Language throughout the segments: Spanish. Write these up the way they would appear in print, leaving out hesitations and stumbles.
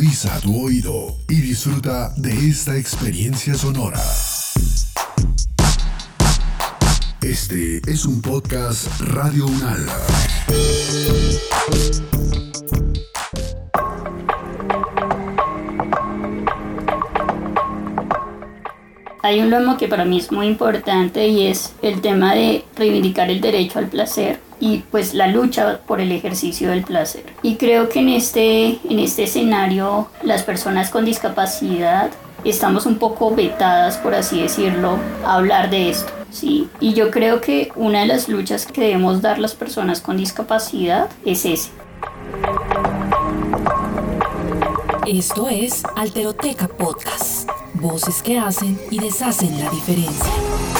Agudiza tu oído y disfruta de esta experiencia sonora. Este es un podcast Radio Unal. Hay un lema que para mí es muy importante y es el tema de reivindicar el derecho al placer y pues la lucha por el ejercicio del placer. Y creo que en este escenario las personas con discapacidad estamos un poco vetadas, por así decirlo, a hablar de esto, ¿sí? Y yo creo que una de las luchas que debemos dar las personas con discapacidad es ese. Esto es Alteroteca Podcast. Voces que hacen y deshacen la diferencia.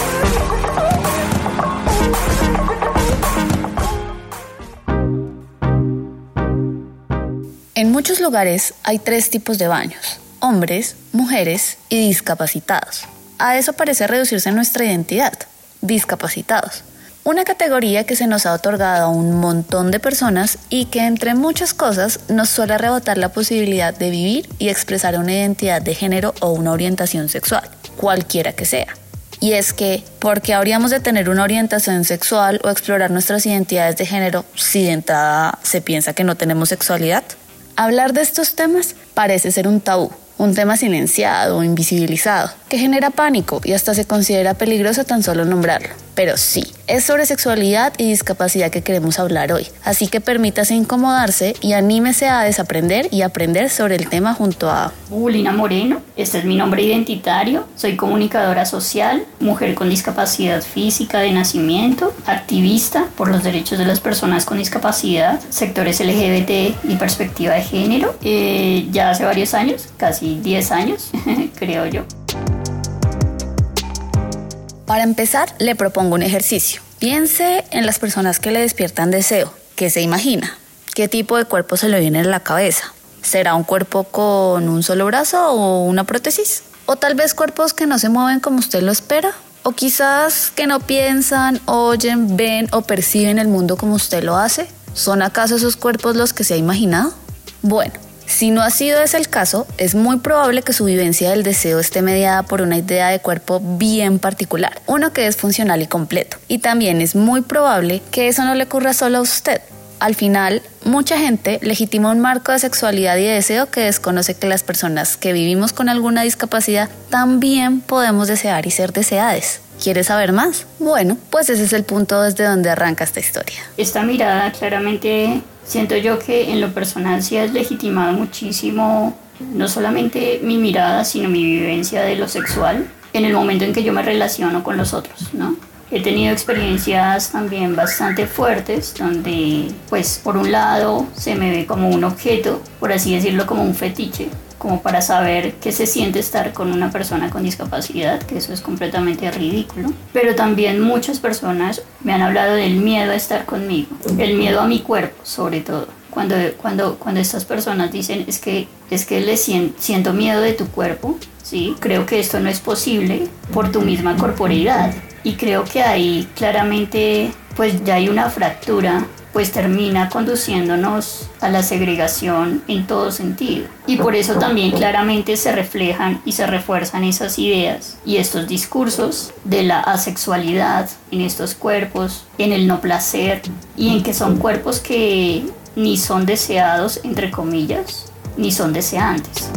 En muchos lugares hay 3 tipos de baños: hombres, mujeres y discapacitados. A eso parece reducirse nuestra identidad: discapacitados. Una categoría que se nos ha otorgado a un montón de personas y que, entre muchas cosas, nos suele arrebatar la posibilidad de vivir y expresar una identidad de género o una orientación sexual, cualquiera que sea. Y es que, ¿por qué habríamos de tener una orientación sexual o explorar nuestras identidades de género si de entrada se piensa que no tenemos sexualidad? Hablar de estos temas parece ser un tabú, un tema silenciado o invisibilizado, que genera pánico y hasta se considera peligroso tan solo nombrarlo. Pero sí, es sobre sexualidad y discapacidad que queremos hablar hoy, así que permítase incomodarse y anímese a desaprender y aprender sobre el tema junto a Lina Moreno, este es mi nombre identitario, soy comunicadora social, mujer con discapacidad física de nacimiento, activista por los derechos de las personas con discapacidad, sectores LGBT y perspectiva de género, ya hace varios años, casi 10 años, creo yo. Para empezar, le propongo un ejercicio. Piense en las personas que le despiertan deseo. ¿Qué se imagina? ¿Qué tipo de cuerpo se le viene en la cabeza? ¿Será un cuerpo con un solo brazo o una prótesis? ¿O tal vez cuerpos que no se mueven como usted lo espera? ¿O quizás que no piensan, oyen, ven o perciben el mundo como usted lo hace? ¿Son acaso esos cuerpos los que se ha imaginado? Bueno, si no ha sido ese el caso, es muy probable que su vivencia del deseo esté mediada por una idea de cuerpo bien particular, uno que es funcional y completo. Y también es muy probable que eso no le ocurra solo a usted. Al final, mucha gente legitima un marco de sexualidad y de deseo que desconoce que las personas que vivimos con alguna discapacidad también podemos desear y ser deseadas. ¿Quieres saber más? Bueno, pues ese es el punto desde donde arranca esta historia. Esta mirada claramente siento yo que en lo personal sí ha legitimado muchísimo, no solamente mi mirada, sino mi vivencia de lo sexual en el momento en que yo me relaciono con los otros, ¿no? He tenido experiencias también bastante fuertes donde, pues, por un lado se me ve como un objeto, por así decirlo, como un fetiche, como para saber qué se siente estar con una persona con discapacidad, que eso es completamente ridículo. Pero también muchas personas me han hablado del miedo a estar conmigo, el miedo a mi cuerpo, sobre todo. Cuando estas personas dicen es que siento miedo de tu cuerpo, ¿sí? Creo que esto no es posible por tu misma corporeidad. Y creo que ahí claramente pues ya hay una fractura, pues termina conduciéndonos a la segregación en todo sentido. Y por eso también claramente se reflejan y se refuerzan esas ideas y estos discursos de la asexualidad en estos cuerpos, en el no placer y en que son cuerpos que ni son deseados, entre comillas, ni son deseantes.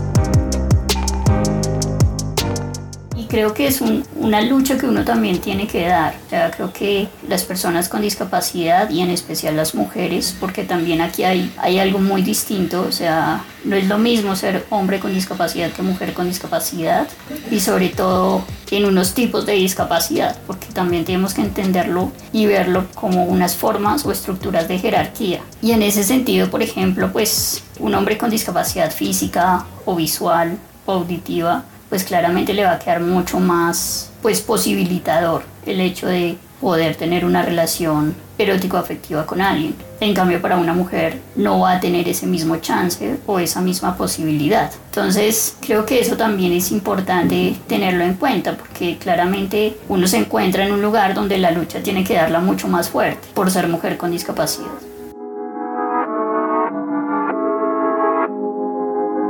Creo que es una lucha que uno también tiene que dar. O sea, creo que las personas con discapacidad y en especial las mujeres, porque también aquí hay algo muy distinto, o sea, no es lo mismo ser hombre con discapacidad que mujer con discapacidad y sobre todo en unos tipos de discapacidad, porque también tenemos que entenderlo y verlo como unas formas o estructuras de jerarquía. Y en ese sentido, por ejemplo, pues un hombre con discapacidad física o visual o auditiva, pues claramente le va a quedar mucho más pues posibilitador el hecho de poder tener una relación erótico-afectiva con alguien. En cambio, para una mujer no va a tener ese mismo chance o esa misma posibilidad. Entonces, creo que eso también es importante tenerlo en cuenta, porque claramente uno se encuentra en un lugar donde la lucha tiene que darla mucho más fuerte por ser mujer con discapacidad.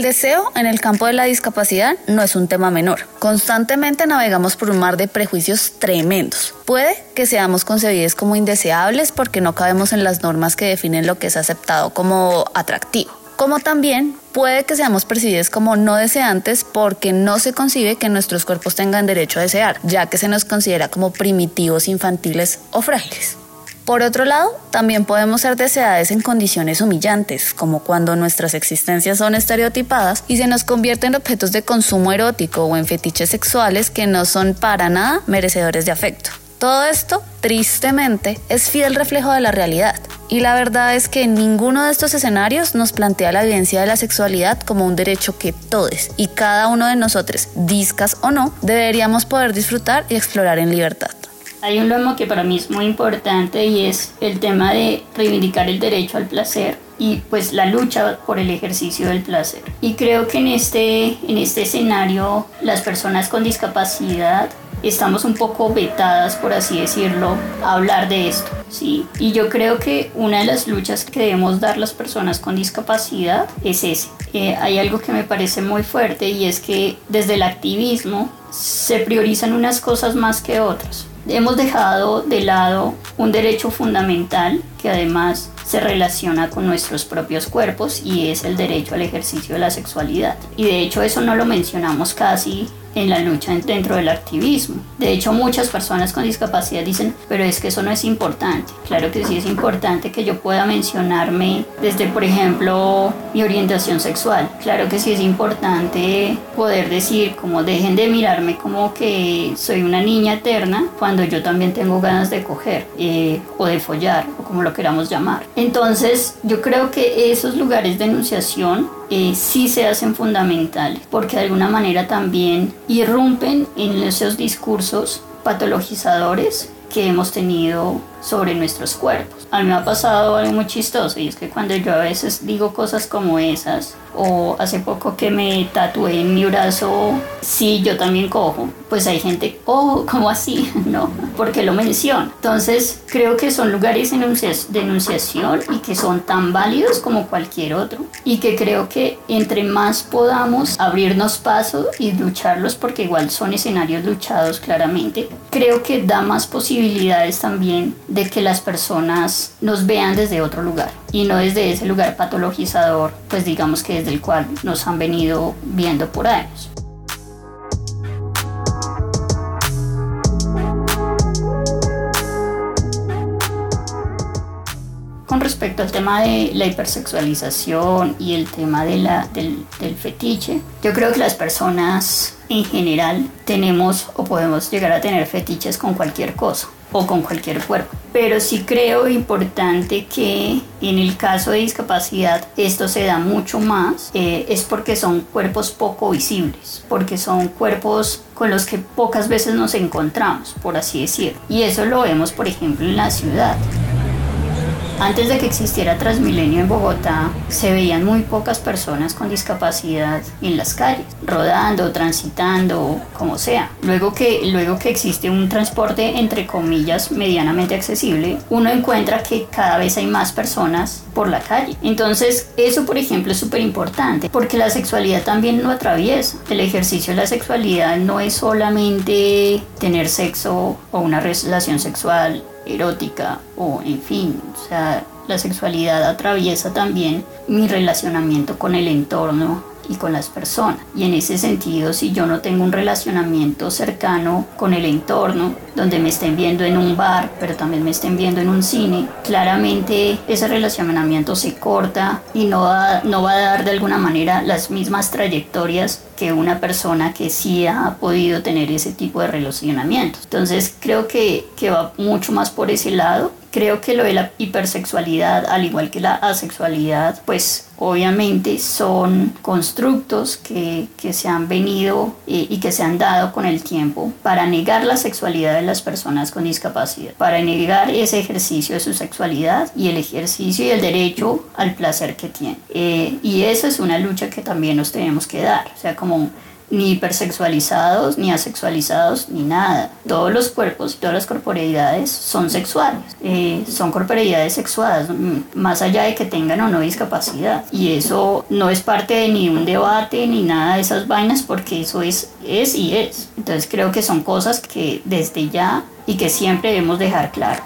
deseo en el campo de la discapacidad no es un tema menor. Constantemente navegamos por un mar de prejuicios tremendos. Puede que seamos concebidos como indeseables porque no cabemos en las normas que definen lo que es aceptado como atractivo. Como también puede que seamos percibidos como no deseantes porque no se concibe que nuestros cuerpos tengan derecho a desear, ya que se nos considera como primitivos, infantiles o frágiles. Por otro lado, también podemos ser deseadas en condiciones humillantes, como cuando nuestras existencias son estereotipadas y se nos convierten en objetos de consumo erótico o en fetiches sexuales que no son para nada merecedores de afecto. Todo esto, tristemente, es fiel reflejo de la realidad. Y la verdad es que ninguno de estos escenarios nos plantea la vivencia de la sexualidad como un derecho que todos y cada uno de nosotros, discas o no, deberíamos poder disfrutar y explorar en libertad. Hay un lema que para mí es muy importante y es el tema de reivindicar el derecho al placer y pues la lucha por el ejercicio del placer. Y creo que en este escenario las personas con discapacidad estamos un poco vetadas, por así decirlo, a hablar de esto, ¿sí? Y yo creo que una de las luchas que debemos dar las personas con discapacidad es ese. Hay algo que me parece muy fuerte y es que desde el activismo se priorizan unas cosas más que otras. Hemos dejado de lado un derecho fundamental que además se relaciona con nuestros propios cuerpos y es el derecho al ejercicio de la sexualidad. Y de hecho eso no lo mencionamos casi en la lucha dentro del activismo. De hecho, muchas personas con discapacidad dicen, pero es que eso no es importante. Claro que sí es importante que yo pueda mencionarme desde, por ejemplo, mi orientación sexual. Claro que sí es importante poder decir, como dejen de mirarme como que soy una niña eterna cuando yo también tengo ganas de coger o de follar o como lo queramos llamar. Entonces, yo creo que esos lugares de enunciación sí se hacen fundamentales porque de alguna manera también irrumpen en esos discursos patologizadores que hemos tenido sobre nuestros cuerpos. A mí me ha pasado algo muy chistoso y es que cuando yo a veces digo cosas como esas o hace poco que me tatué en mi brazo, sí, yo también cojo, pues hay gente, oh, ¿cómo así? No, porque lo menciono. Entonces creo que son lugares de enunciación y que son tan válidos como cualquier otro y que creo que entre más podamos abrirnos paso y lucharlos, porque igual son escenarios luchados claramente, creo que da más posibilidades también de que las personas nos vean desde otro lugar y no desde ese lugar patologizador, pues digamos que desde el cual nos han venido viendo por años. Con respecto al tema de la hipersexualización y el tema de del fetiche, yo creo que las personas en general tenemos o podemos llegar a tener fetiches con cualquier cosa o con cualquier cuerpo. Pero sí creo importante que en el caso de discapacidad esto se da mucho más, es porque son cuerpos poco visibles, porque son cuerpos con los que pocas veces nos encontramos, por así decirlo. Y eso lo vemos, por ejemplo, en la ciudad. Antes de que existiera Transmilenio en Bogotá, se veían muy pocas personas con discapacidad en las calles, rodando, transitando, como sea. Luego que existe un transporte, entre comillas, medianamente accesible, uno encuentra que cada vez hay más personas por la calle. Entonces, eso, por ejemplo, es súper importante, porque la sexualidad también lo atraviesa. El ejercicio de la sexualidad no es solamente tener sexo o una relación sexual erótica o en fin, o sea, la sexualidad atraviesa también mi relacionamiento con el entorno y con las personas. Y en ese sentido, si yo no tengo un relacionamiento cercano con el entorno, donde me estén viendo en un bar, pero también me estén viendo en un cine, claramente ese relacionamiento se corta y no va a dar de alguna manera las mismas trayectorias que una persona que sí ha podido tener ese tipo de relacionamientos. Entonces creo que va mucho más por ese lado. Creo que lo de la hipersexualidad, al igual que la asexualidad, pues obviamente son constructos que se han venido y que se han dado con el tiempo para negar la sexualidad de las personas con discapacidad, para negar ese ejercicio de su sexualidad y el ejercicio y el derecho al placer que tienen. Y eso es una lucha que también nos tenemos que dar, o sea, como ni hipersexualizados, ni asexualizados, ni nada. Todos los cuerpos y todas las corporeidades son sexuales, son corporeidades sexuadas, más allá de que tengan o no discapacidad. Y eso no es parte de ni un debate ni nada de esas vainas, porque eso es y es. Entonces creo que son cosas que desde ya y que siempre debemos dejar claros.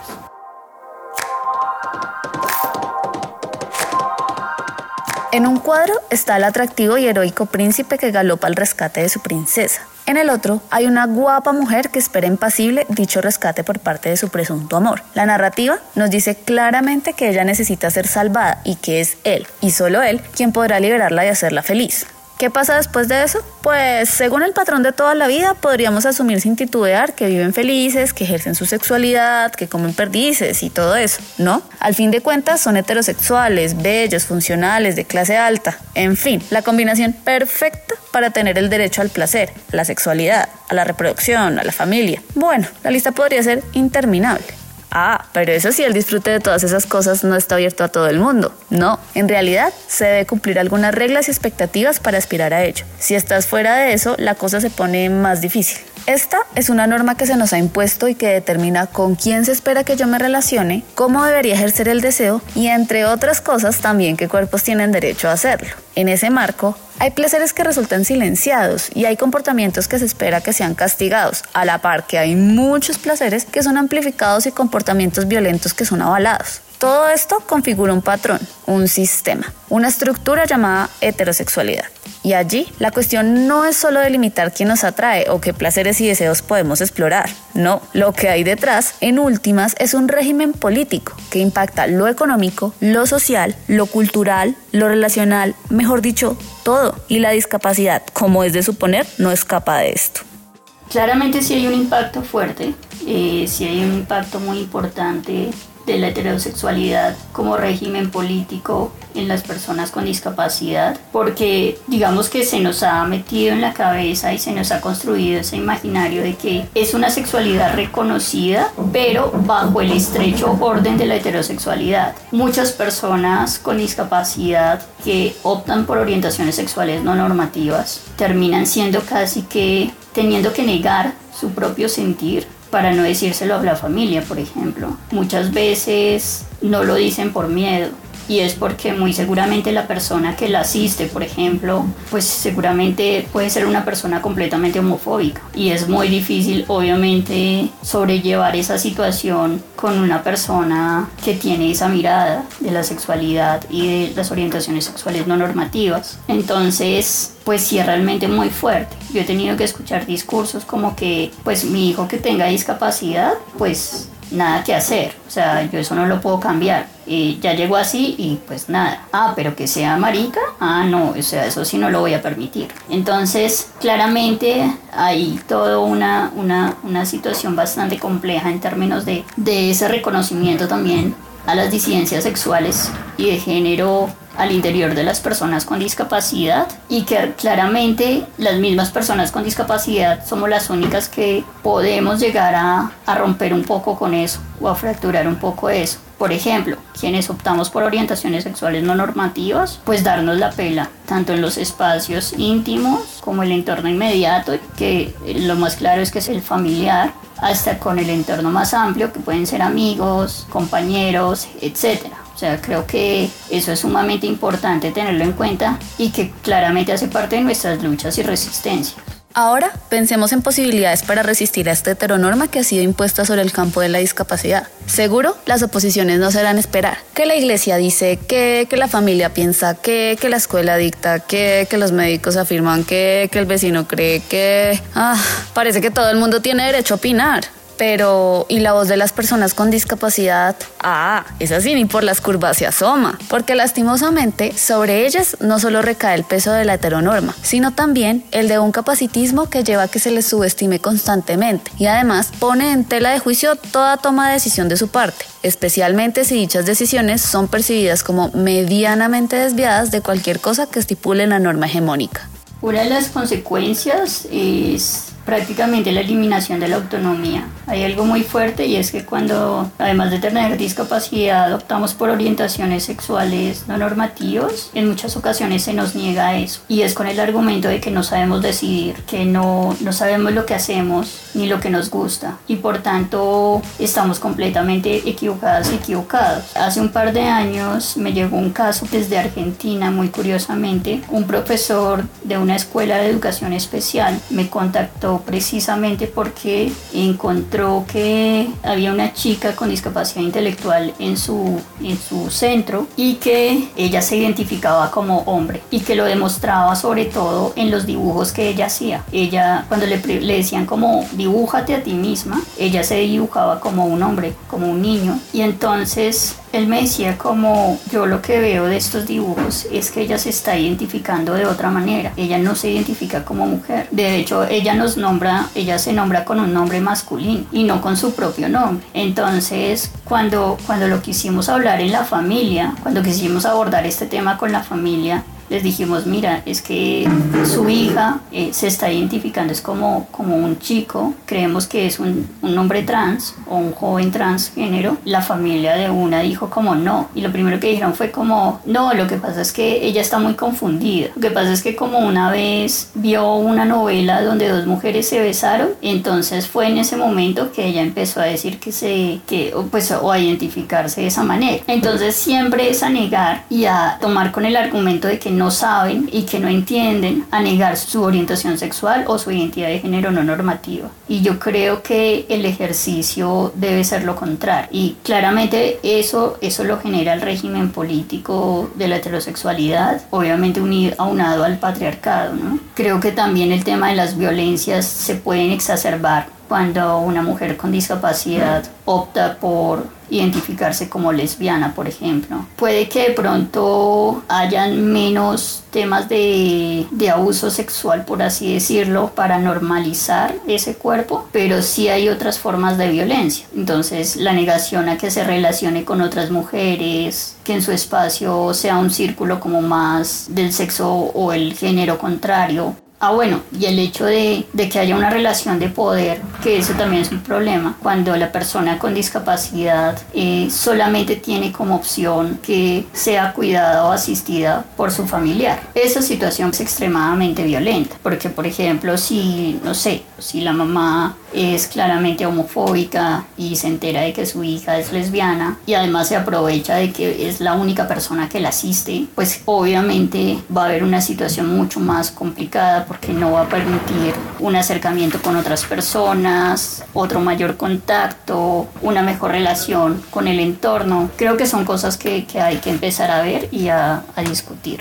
En un cuadro está el atractivo y heroico príncipe que galopa al rescate de su princesa. En el otro hay una guapa mujer que espera impasible dicho rescate por parte de su presunto amor. La narrativa nos dice claramente que ella necesita ser salvada y que es él, y solo él, quien podrá liberarla y hacerla feliz. ¿Qué pasa después de eso? Pues, según el patrón de toda la vida, podríamos asumir sin titubear que viven felices, que ejercen su sexualidad, que comen perdices y todo eso, ¿no? Al fin de cuentas, son heterosexuales, bellos, funcionales, de clase alta. En fin, la combinación perfecta para tener el derecho al placer, a la sexualidad, a la reproducción, a la familia. Bueno, la lista podría ser interminable. Pero eso sí, el disfrute de todas esas cosas no está abierto a todo el mundo. No, en realidad se debe cumplir algunas reglas y expectativas para aspirar a ello. Si estás fuera de eso, la cosa se pone más difícil. Esta es una norma que se nos ha impuesto y que determina con quién se espera que yo me relacione, cómo debería ejercer el deseo y, entre otras cosas, también qué cuerpos tienen derecho a hacerlo. En ese marco, hay placeres que resultan silenciados y hay comportamientos que se espera que sean castigados, a la par que hay muchos placeres que son amplificados y comportamientos violentos que son avalados. Todo esto configura un patrón, un sistema, una estructura llamada heterosexualidad. Y allí la cuestión no es solo delimitar quién nos atrae o qué placeres y deseos podemos explorar. No, lo que hay detrás, en últimas, es un régimen político que impacta lo económico, lo social, lo cultural, lo relacional, mejor dicho, todo. Y la discapacidad, como es de suponer, no escapa de esto. Claramente sí hay un impacto fuerte, sí hay un impacto muy importante de la heterosexualidad como régimen político en las personas con discapacidad, porque digamos que se nos ha metido en la cabeza y se nos ha construido ese imaginario de que es una sexualidad reconocida, pero bajo el estrecho orden de la heterosexualidad. Muchas personas con discapacidad que optan por orientaciones sexuales no normativas terminan siendo casi que teniendo que negar su propio sentir para no decírselo a la familia, por ejemplo. Muchas veces no lo dicen por miedo, y es porque muy seguramente la persona que la asiste, por ejemplo, pues seguramente puede ser una persona completamente homofóbica, y es muy difícil obviamente sobrellevar esa situación con una persona que tiene esa mirada de la sexualidad y de las orientaciones sexuales no normativas. Entonces, pues sí, es realmente muy fuerte. Yo he tenido que escuchar discursos como que, pues mi hijo que tenga discapacidad, pues nada que hacer, o sea, yo eso no lo puedo cambiar, ya llegó así y pues nada. Pero que sea marica, no, o sea, eso sí no lo voy a permitir. Entonces, claramente hay toda una situación bastante compleja en términos de ese reconocimiento también a las disidencias sexuales y de género al interior de las personas con discapacidad, y que claramente las mismas personas con discapacidad somos las únicas que podemos llegar a romper un poco con eso o a fracturar un poco eso. Por ejemplo, quienes optamos por orientaciones sexuales no normativas, pues darnos la pela, tanto en los espacios íntimos como el entorno inmediato, que lo más claro es que es el familiar, hasta con el entorno más amplio, que pueden ser amigos, compañeros, etc. O sea, creo que eso es sumamente importante tenerlo en cuenta y que claramente hace parte de nuestras luchas y resistencias. Ahora pensemos en posibilidades para resistir a esta heteronorma que ha sido impuesta sobre el campo de la discapacidad. Seguro, las oposiciones no serán esperar. Que la iglesia dice que la familia piensa que la escuela dicta que los médicos afirman que el vecino cree que... parece que todo el mundo tiene derecho a opinar. Pero, ¿y la voz de las personas con discapacidad? Esa sí ni por las curvas se asoma, porque lastimosamente sobre ellas no solo recae el peso de la heteronorma, sino también el de un capacitismo que lleva a que se les subestime constantemente y además pone en tela de juicio toda toma de decisión de su parte, especialmente si dichas decisiones son percibidas como medianamente desviadas de cualquier cosa que estipule la norma hegemónica. Una de las consecuencias es prácticamente la eliminación de la autonomía. Hay algo muy fuerte y es que cuando, además de tener discapacidad, optamos por orientaciones sexuales no normativas, en muchas ocasiones se nos niega eso. Y es con el argumento de que no sabemos decidir, que no sabemos lo que hacemos ni lo que nos gusta. Y por tanto, estamos completamente equivocados. Hace un par de años me llegó un caso desde Argentina, muy curiosamente. Un profesor de una escuela de educación especial me contactó precisamente porque encontró que había una chica con discapacidad intelectual en su centro y que ella se identificaba como hombre y que lo demostraba sobre todo en los dibujos que ella hacía. Ella, cuando le decían como dibújate a ti misma, ella se dibujaba como un hombre, como un niño, y entonces él me decía como yo lo que veo de estos dibujos es que ella se está identificando de otra manera, ella no se identifica como mujer, de hecho ella se nombra con un nombre masculino y no con su propio nombre. Entonces cuando lo quisimos hablar en la familia, cuando quisimos abordar este tema con la familia, les dijimos, mira, es que su hija se está identificando, es como un chico, creemos que es un hombre trans o un joven transgénero. La familia de una dijo como no, y lo primero que dijeron fue como, no, lo que pasa es que ella está muy confundida, lo que pasa es que como una vez vio una novela donde dos mujeres se besaron, entonces fue en ese momento que ella empezó a decir o a identificarse de esa manera. Entonces siempre es a negar y a tomar con el argumento de que no saben y que no entienden, a negar su orientación sexual o su identidad de género no normativa. Y yo creo que el ejercicio debe ser lo contrario. Y claramente eso lo genera el régimen político de la heterosexualidad, obviamente aunado al patriarcado, ¿no? Creo que también el tema de las violencias se pueden exacerbar cuando una mujer con discapacidad opta por identificarse como lesbiana, por ejemplo. Puede que de pronto hayan menos temas de abuso sexual, por así decirlo, para normalizar ese cuerpo, pero sí hay otras formas de violencia. Entonces, la negación a que se relacione con otras mujeres, que en su espacio sea un círculo como más del sexo o el género contrario. Y el hecho de que haya una relación de poder, que eso también es un problema, cuando la persona con discapacidad solamente tiene como opción que sea cuidada o asistida por su familiar. Esa situación es extremadamente violenta, porque por ejemplo, si la mamá es claramente homofóbica y se entera de que su hija es lesbiana y además se aprovecha de que es la única persona que la asiste, pues obviamente va a haber una situación mucho más complicada, porque no va a permitir un acercamiento con otras personas, otro mayor contacto, una mejor relación con el entorno. Creo que son cosas que hay que empezar a ver y a discutir.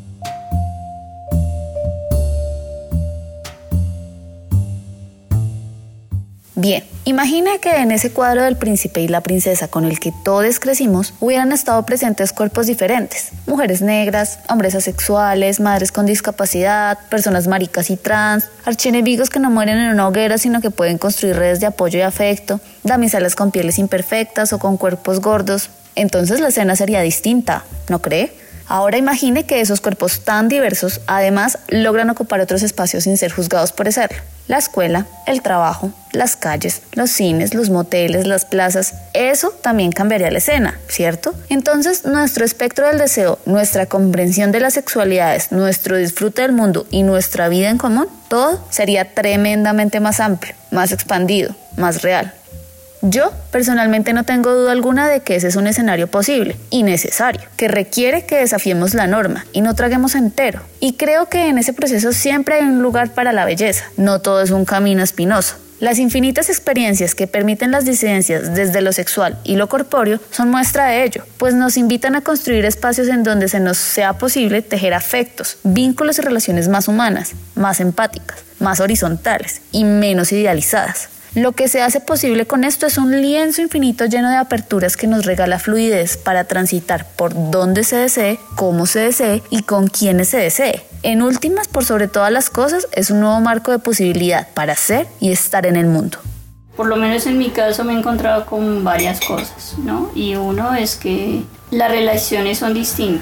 Bien, imagine que en ese cuadro del príncipe y la princesa con el que todos crecimos hubieran estado presentes cuerpos diferentes: mujeres negras, hombres asexuales, madres con discapacidad, personas maricas y trans, archienemigos que no mueren en una hoguera sino que pueden construir redes de apoyo y afecto, damiselas con pieles imperfectas o con cuerpos gordos. Entonces la escena sería distinta, ¿no cree? Ahora imagine que esos cuerpos tan diversos además logran ocupar otros espacios sin ser juzgados por serlo. La escuela, el trabajo, las calles, los cines, los moteles, las plazas. Eso también cambiaría la escena, ¿cierto? Entonces nuestro espectro del deseo, nuestra comprensión de las sexualidades, nuestro disfrute del mundo y nuestra vida en común, todo sería tremendamente más amplio, más expandido, más real. Yo personalmente no tengo duda alguna de que ese es un escenario posible y necesario, que requiere que desafiemos la norma y no traguemos entero. Y creo que en ese proceso siempre hay un lugar para la belleza. No todo es un camino espinoso. Las infinitas experiencias que permiten las disidencias desde lo sexual y lo corpóreo son muestra de ello, pues nos invitan a construir espacios en donde se nos sea posible tejer afectos, vínculos y relaciones más humanas, más empáticas, más horizontales y menos idealizadas. Lo que se hace posible con esto es un lienzo infinito lleno de aperturas que nos regala fluidez para transitar por donde se desee, cómo se desee y con quienes se desee. En últimas, por sobre todas las cosas, es un nuevo marco de posibilidad para ser y estar en el mundo. Por lo menos en mi caso me he encontrado con varias cosas, ¿no? Y uno es que las relaciones son distintas.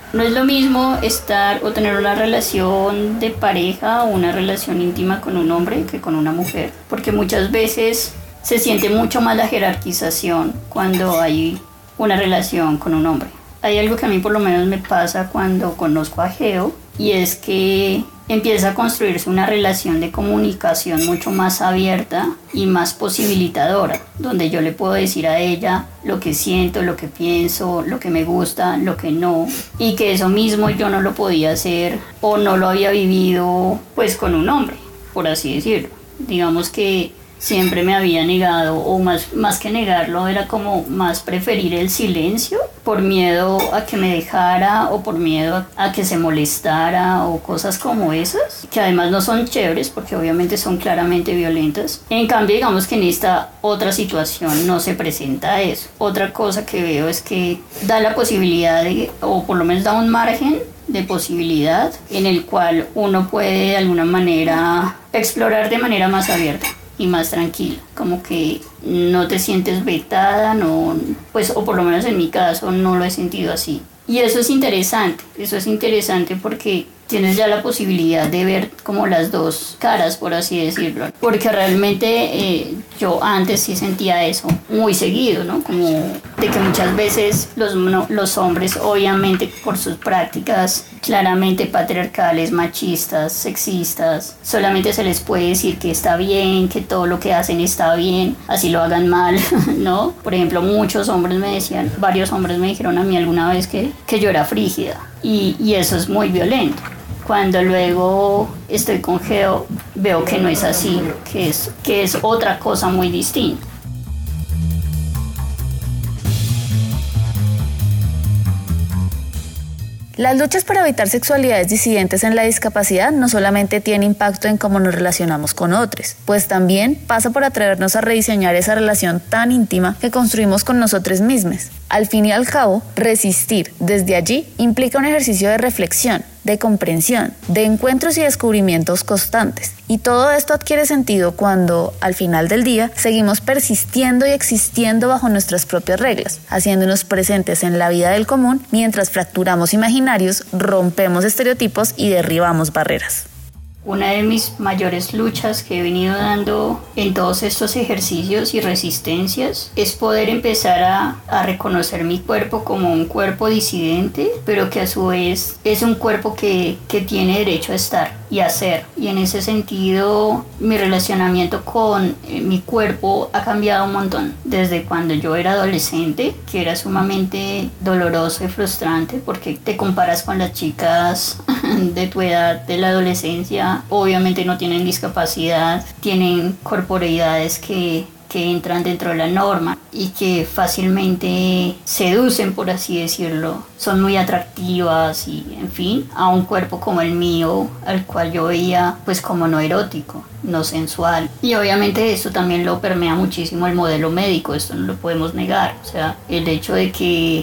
No es lo mismo estar o tener una relación de pareja o una relación íntima con un hombre que con una mujer, porque muchas veces se siente mucho más la jerarquización cuando hay una relación con un hombre. Hay algo que a mí por lo menos me pasa cuando conozco a Geo, y es que empieza a construirse una relación de comunicación mucho más abierta y más posibilitadora, donde yo le puedo decir a ella lo que siento, lo que pienso, lo que me gusta, lo que no, y que eso mismo yo no lo podía hacer o no lo había vivido pues con un hombre, por así decirlo. Digamos que siempre me había negado, o más que negarlo, era como más preferir el silencio por miedo a que me dejara o por miedo a que se molestara o cosas como esas, que además no son chéveres porque obviamente son claramente violentas. En cambio, digamos que en esta otra situación no se presenta eso. Otra cosa que veo es que da la posibilidad de, o por lo menos da un margen de posibilidad en el cual uno puede de alguna manera explorar de manera más abierta y más tranquila, como que no te sientes vetada, no, pues, o por lo menos en mi caso no lo he sentido así. Y eso es interesante porque tienes ya la posibilidad de ver como las dos caras, por así decirlo, porque realmente yo antes sí sentía eso muy seguido, ¿no? Como de que muchas veces los hombres, obviamente por sus prácticas claramente patriarcales, machistas, sexistas, solamente se les puede decir que está bien, que todo lo que hacen está bien, así lo hagan mal, ¿no? Por ejemplo, varios hombres me dijeron a mí alguna vez que yo era frígida, y eso es muy violento. Cuando luego estoy con Geo, veo que no es así, que es otra cosa muy distinta. Las luchas para evitar sexualidades disidentes en la discapacidad no solamente tienen impacto en cómo nos relacionamos con otros, pues también pasa por atrevernos a rediseñar esa relación tan íntima que construimos con nosotros mismos. Al fin y al cabo, resistir desde allí implica un ejercicio de reflexión, de comprensión, de encuentros y descubrimientos constantes. Y todo esto adquiere sentido cuando, al final del día, seguimos persistiendo y existiendo bajo nuestras propias reglas, haciéndonos presentes en la vida del común mientras fracturamos imaginarios, rompemos estereotipos y derribamos barreras. Una de mis mayores luchas que he venido dando en todos estos ejercicios y resistencias es poder empezar a reconocer mi cuerpo como un cuerpo disidente, pero que a su vez es un cuerpo que tiene derecho a estar y a ser. Y en ese sentido, mi relacionamiento con mi cuerpo ha cambiado un montón. Desde cuando yo era adolescente, que era sumamente doloroso y frustrante porque te comparas con las chicas de tu edad, de la adolescencia. Obviamente no tienen discapacidad, tienen corporeidades que entran dentro de la norma y que fácilmente seducen, por así decirlo. Son muy atractivas y, en fin, a un cuerpo como el mío, al cual yo veía pues como no erótico, no sensual. Y obviamente esto también lo permea muchísimo el modelo médico, esto no lo podemos negar. O sea, el hecho de que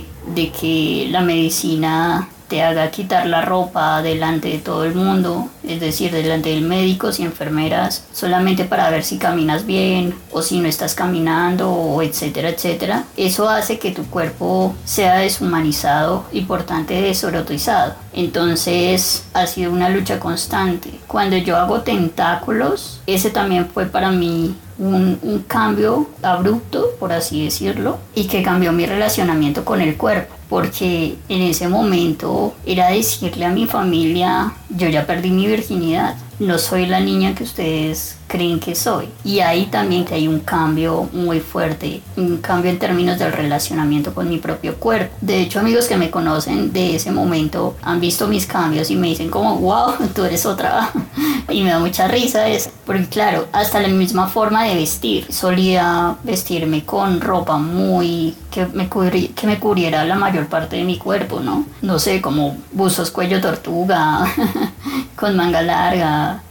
la medicina te haga quitar la ropa delante de todo el mundo, es decir, delante de médicos y enfermeras, solamente para ver si caminas bien o si no estás caminando, o etcétera, etcétera. Eso hace que tu cuerpo sea deshumanizado y por tanto deserotizado. Entonces ha sido una lucha constante. Cuando yo hago tentáculos, ese también fue para mí un cambio abrupto, por así decirlo, y que cambió mi relacionamiento con el cuerpo, porque en ese momento era decirle a mi familia: yo ya perdí mi virginidad, no soy la niña que ustedes creen que soy. Y ahí también que hay un cambio muy fuerte, un cambio en términos del relacionamiento con mi propio cuerpo. De hecho, amigos que me conocen de ese momento han visto mis cambios y me dicen como: wow, tú eres otra. Y me da mucha risa eso, porque claro, hasta la misma forma de vestir. Solía vestirme con ropa muy que me cubriera la mayor parte de mi cuerpo, ¿no? No sé, como buzos cuello tortuga, con manga larga,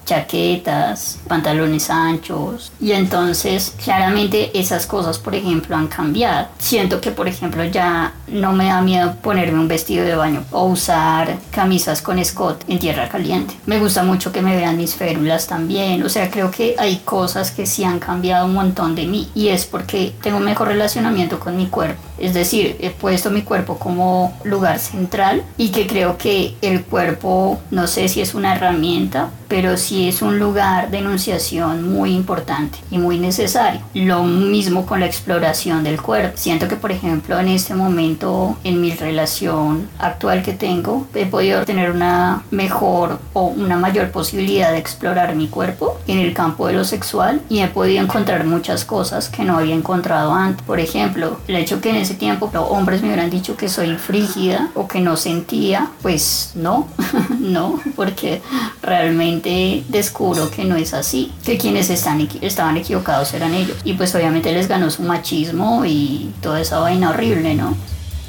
chaquetas, pantalones anchos, y entonces claramente esas cosas, por ejemplo, han cambiado. Siento que, por ejemplo, ya no me da miedo ponerme un vestido de baño o usar camisas con escote en tierra caliente. Me gusta mucho que me vean mis férulas también. O sea, creo que hay cosas que sí han cambiado un montón de mí, y es porque tengo un mejor relacionamiento con mi cuerpo. Es decir, he puesto mi cuerpo como lugar central, y que creo que el cuerpo, no sé si es una herramienta, pero sí es un lugar de enunciación muy importante y muy necesario. Lo mismo con la exploración del cuerpo. Siento que, por ejemplo, en este momento, en mi relación actual que tengo, he podido tener una mejor o una mayor posibilidad de explorar mi cuerpo en el campo de lo sexual, y he podido encontrar muchas cosas que no había encontrado antes. Por ejemplo, el hecho que en ese tiempo los hombres me hubieran dicho que soy frígida o que no sentía, pues no, no, porque realmente descubro que no es así, que quienes estaban equivocados eran ellos, y pues obviamente les ganó su machismo y toda esa vaina horrible, ¿no?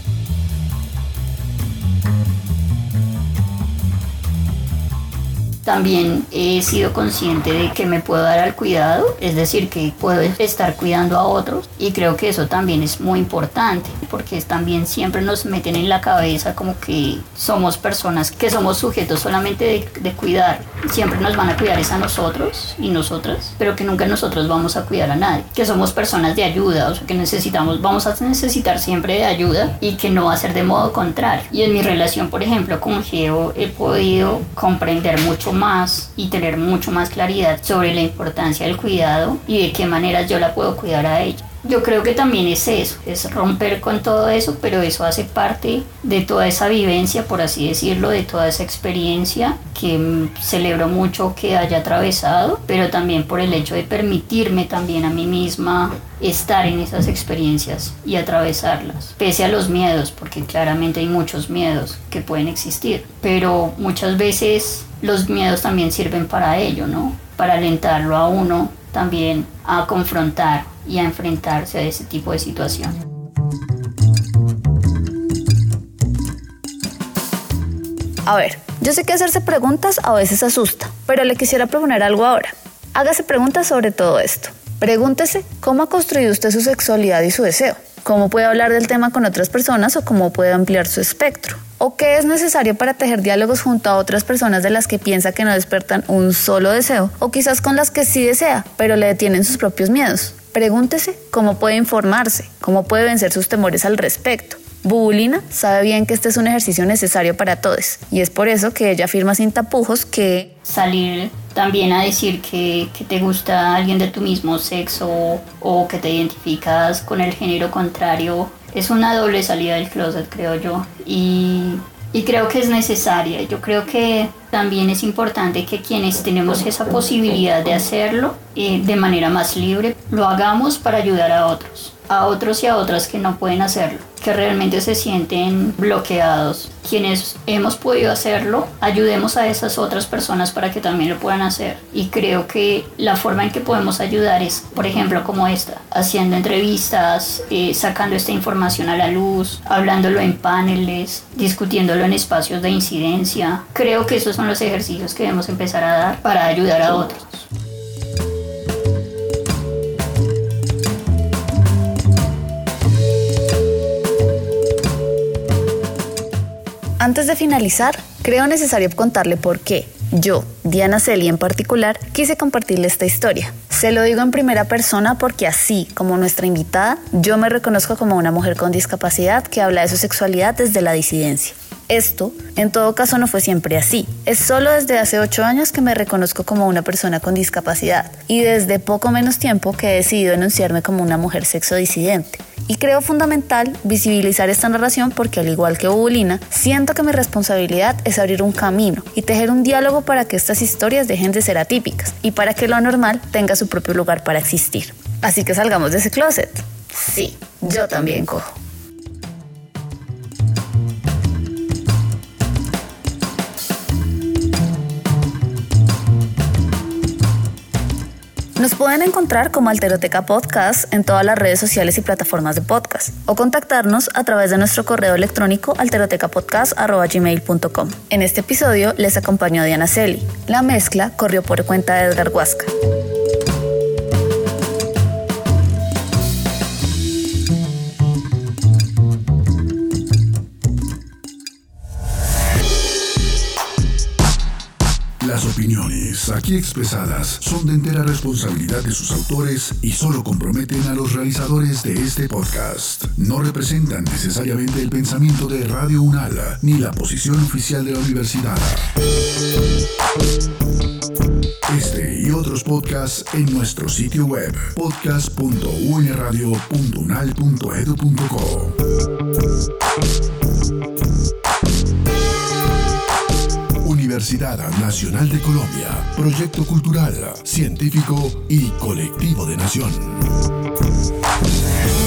También he sido consciente de que me puedo dar al cuidado, es decir, que puedo estar cuidando a otros, y creo que eso también es muy importante, porque también siempre nos meten en la cabeza como que somos personas, que somos sujetos solamente de cuidar. Siempre nos van a cuidar es a nosotros y nosotras, pero que nunca nosotros vamos a cuidar a nadie, que somos personas de ayuda, o sea, que vamos a necesitar siempre de ayuda, y que no va a ser de modo contrario. Y en mi relación, por ejemplo, con Geo, he podido comprender mucho más y tener mucho más claridad sobre la importancia del cuidado y de qué maneras yo la puedo cuidar a ella. Yo creo que también es eso, es romper con todo eso, pero eso hace parte de toda esa vivencia, por así decirlo, de toda esa experiencia que celebro mucho que haya atravesado, pero también por el hecho de permitirme también a mí misma estar en esas experiencias y atravesarlas, pese a los miedos, porque claramente hay muchos miedos que pueden existir, pero muchas veces los miedos también sirven para ello, ¿no? Para alentarlo a uno también a confrontar y a enfrentarse a ese tipo de situación. A ver, yo sé que hacerse preguntas a veces asusta, pero le quisiera proponer algo ahora. Hágase preguntas sobre todo esto. Pregúntese cómo ha construido usted su sexualidad y su deseo, cómo puede hablar del tema con otras personas o cómo puede ampliar su espectro, o qué es necesario para tejer diálogos junto a otras personas de las que piensa que no despertan un solo deseo, o quizás con las que sí desea, pero le detienen sus propios miedos. Pregúntese cómo puede informarse, cómo puede vencer sus temores al respecto. Bubulina sabe bien que este es un ejercicio necesario para todos, y es por eso que ella afirma sin tapujos que salir también a decir que te gusta alguien de tu mismo sexo o que te identificas con el género contrario es una doble salida del closet, creo yo, y creo que es necesaria. Yo creo que también es importante que quienes tenemos esa posibilidad de hacerlo de manera más libre, lo hagamos para ayudar a otros y a otras que no pueden hacerlo, que realmente se sienten bloqueados. Quienes hemos podido hacerlo, ayudemos a esas otras personas para que también lo puedan hacer. Y creo que la forma en que podemos ayudar es, por ejemplo, como esta, haciendo entrevistas, sacando esta información a la luz, hablándolo en paneles, discutiéndolo en espacios de incidencia. Creo que esos son los ejercicios que debemos empezar a dar para ayudar a otros. Antes de finalizar, creo necesario contarle por qué yo, Diana Celi en particular, quise compartirle esta historia. Se lo digo en primera persona porque así como nuestra invitada, yo me reconozco como una mujer con discapacidad que habla de su sexualidad desde la disidencia. Esto, en todo caso, no fue siempre así. Es solo desde hace 8 años que me reconozco como una persona con discapacidad y desde poco menos tiempo que he decidido enunciarme como una mujer sexodisidente. Y creo fundamental visibilizar esta narración porque, al igual que Bubulina, siento que mi responsabilidad es abrir un camino y tejer un diálogo para que estas historias dejen de ser atípicas y para que lo anormal tenga su propio lugar para existir. Así que salgamos de ese closet. Sí, yo también cojo. Nos pueden encontrar como Alteroteca Podcast en todas las redes sociales y plataformas de podcast o contactarnos a través de nuestro correo electrónico alterotecapodcast@gmail.com. En este episodio les acompañó Diana Celi. La mezcla corrió por cuenta de Edgar Huasca. Las opiniones aquí expresadas son de entera responsabilidad de sus autores y solo comprometen a los realizadores de este podcast. No representan necesariamente el pensamiento de Radio UNAL ni la posición oficial de la universidad. Este y otros podcasts en nuestro sitio web podcast.unradio.unal.edu.co. Universidad Nacional de Colombia, proyecto cultural, científico y colectivo de nación.